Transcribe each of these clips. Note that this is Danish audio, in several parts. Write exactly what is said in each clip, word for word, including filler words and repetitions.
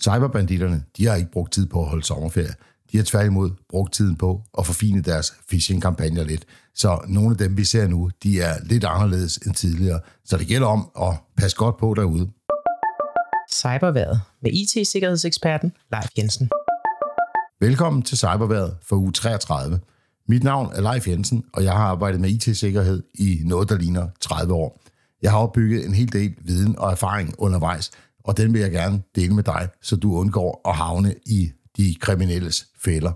Cyberbanditterne, de har ikke brugt tid på at holde sommerferie. De har tværtimod brugt tiden på at forfine deres phishing-kampagner lidt. Så nogle af dem, vi ser nu, de er lidt anderledes end tidligere. Så det gælder om at passe godt på derude. Cyberværet med I T-sikkerhedseksperten Leif Jensen. Velkommen til Cyberværet for uge treogtredive. Mit navn er Leif Jensen, og jeg har arbejdet med I T-sikkerhed i noget, der ligner tredive år. Jeg har opbygget en hel del viden og erfaring undervejs, og den vil jeg gerne dele med dig, så du undgår at havne i de kriminelles fælder.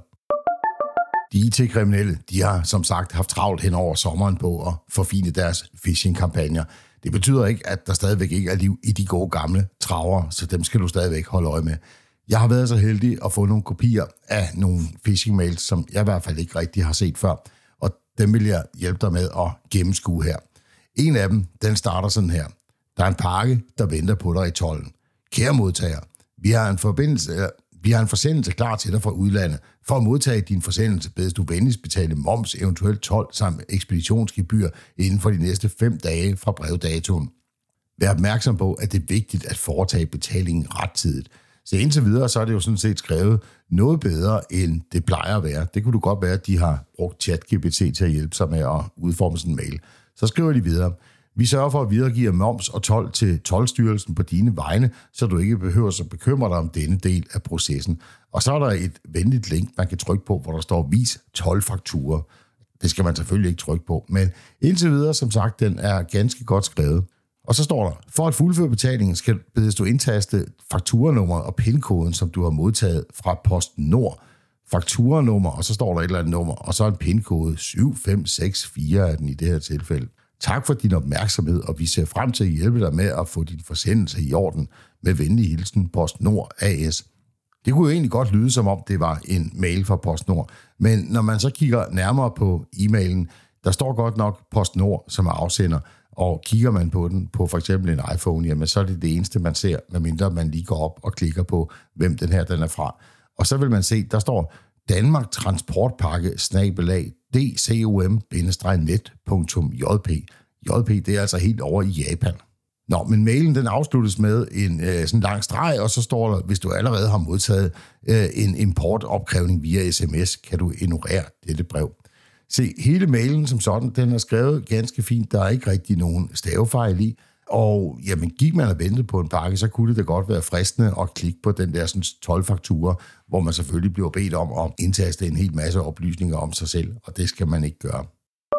De I T-kriminelle, de har som sagt haft travlt hen over sommeren på at forfine deres phishing-kampagner. Det betyder ikke, at der stadigvæk ikke er liv i de gode gamle traver, så dem skal du stadigvæk holde øje med. Jeg har været så heldig at få nogle kopier af nogle phishing-mails, som jeg i hvert fald ikke rigtig har set før, og dem vil jeg hjælpe dig med at gennemskue her. En af dem, den starter sådan her. Der er en pakke, der venter på dig i tolden. Kære modtager, vi har en forbindelse... Vi har en forsendelse klar til dig fra udlandet. For at modtage din forsendelse bedes du venligst betale moms, eventuelt told samt ekspeditionsgebyr inden for de næste fem dage fra brevdatoen. Vær opmærksom på, at det er vigtigt at foretage betalingen rettidigt. Så indtil videre, så er det jo sådan set skrevet noget bedre, end det plejer at være. Det kunne du godt være, at de har brugt ChatGPT til at hjælpe sig med at udforme sådan en mail. Så skriver de videre. Vi sørger for at videregive moms og told til Toldstyrelsen på dine vegne, så du ikke behøver at bekymre dig om denne del af processen. Og så er der et venligt link, man kan trykke på, hvor der står vis toldfaktura. Det skal man selvfølgelig ikke trykke på, men indtil videre, som sagt, den er ganske godt skrevet. Og så står der, for at fuldføre betalingen skal bedes du indtaste fakturanummeret og pindkoden, som du har modtaget fra PostNord. Fakturanummer, og så står der et eller andet nummer, og så en pindkode syv fem seks fire er den i det her tilfælde. Tak for din opmærksomhed, og vi ser frem til at hjælpe dig med at få din forsendelse i orden. Med venlig hilsen, PostNord A S. Det kunne jo egentlig godt lyde, som om det var en mail fra PostNord, men når man så kigger nærmere på e-mailen, der står godt nok PostNord som er afsender, og kigger man på den på for eksempel en iPhone, jamen så er det det eneste, man ser, medmindre man lige går op og klikker på, hvem den her den er fra. Og så vil man se, der står Danmark Transportpakke snabelag D C O M net punktum J P. J P, det er altså helt over i Japan. Nå, men mailen den afsluttes med en øh, sådan lang streg, og så står der, hvis du allerede har modtaget øh, en importopkrævning via sms, kan du ignorere dette brev. Se, hele mailen som sådan, den er skrevet ganske fint. Der er ikke rigtig nogen stavefejl i. Og jamen, gik man og ventede på en pakke, så kunne det da godt være fristende at klikke på den der sådan, toldfaktura, hvor man selvfølgelig bliver bedt om at indtaste en hel masse oplysninger om sig selv, og det skal man ikke gøre.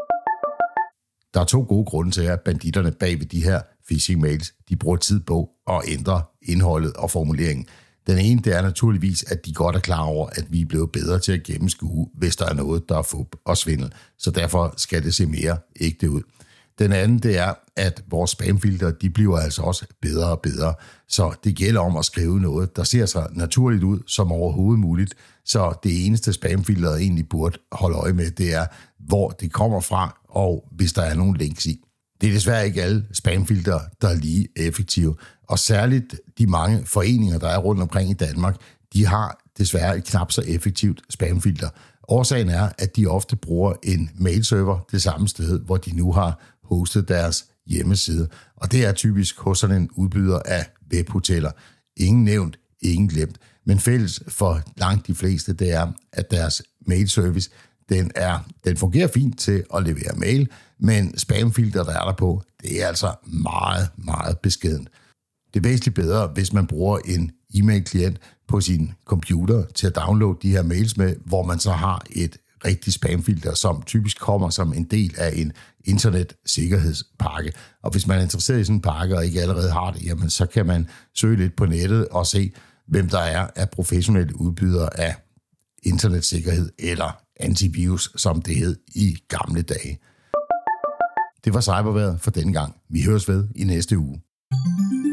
Der er to gode grunde til, at banditterne bag ved de her phishing-mails, de bruger tid på at ændre indholdet og formuleringen. Den ene, det er naturligvis, at de godt er klar over, at vi er blevet bedre til at gennemskue, hvis der er noget, der er fup og svindel. Så derfor skal det se mere ægte ud. Den anden, det er, at vores spamfilter, de bliver altså også bedre og bedre. Så det gælder om at skrive noget, der ser så naturligt ud som overhovedet muligt. Så det eneste spamfilter, egentlig burde holde øje med, det er, hvor det kommer fra, og hvis der er nogle links i. Det er desværre ikke alle spamfilter, der er lige effektive. Og særligt de mange foreninger, der er rundt omkring i Danmark, de har desværre et knap så effektivt spamfilter. Årsagen er, at de ofte bruger en mailserver det samme sted, hvor de nu har hostet deres hjemmeside. Og det er typisk hos sådan en udbyder af webhoteller. Ingen nævnt, ingen glemt. Men fælles for langt de fleste, det er, at deres mailservice, den, er, den fungerer fint til at levere mail, men spamfilter, der er der på, det er altså meget, meget beskedent. Det er væsentligt bedre, hvis man bruger en e-mail-klient på sin computer til at downloade de her mails med, hvor man så har et rigtigt spamfilter, som typisk kommer som en del af en internetsikkerhedspakke. Og hvis man er interesseret i sådan en pakke og ikke allerede har det, jamen så kan man søge lidt på nettet og se, hvem der er af professionelle udbydere af internetsikkerhed eller antivirus, som det hed i gamle dage. Det var Cyberværet for denne gang. Vi høres ved i næste uge.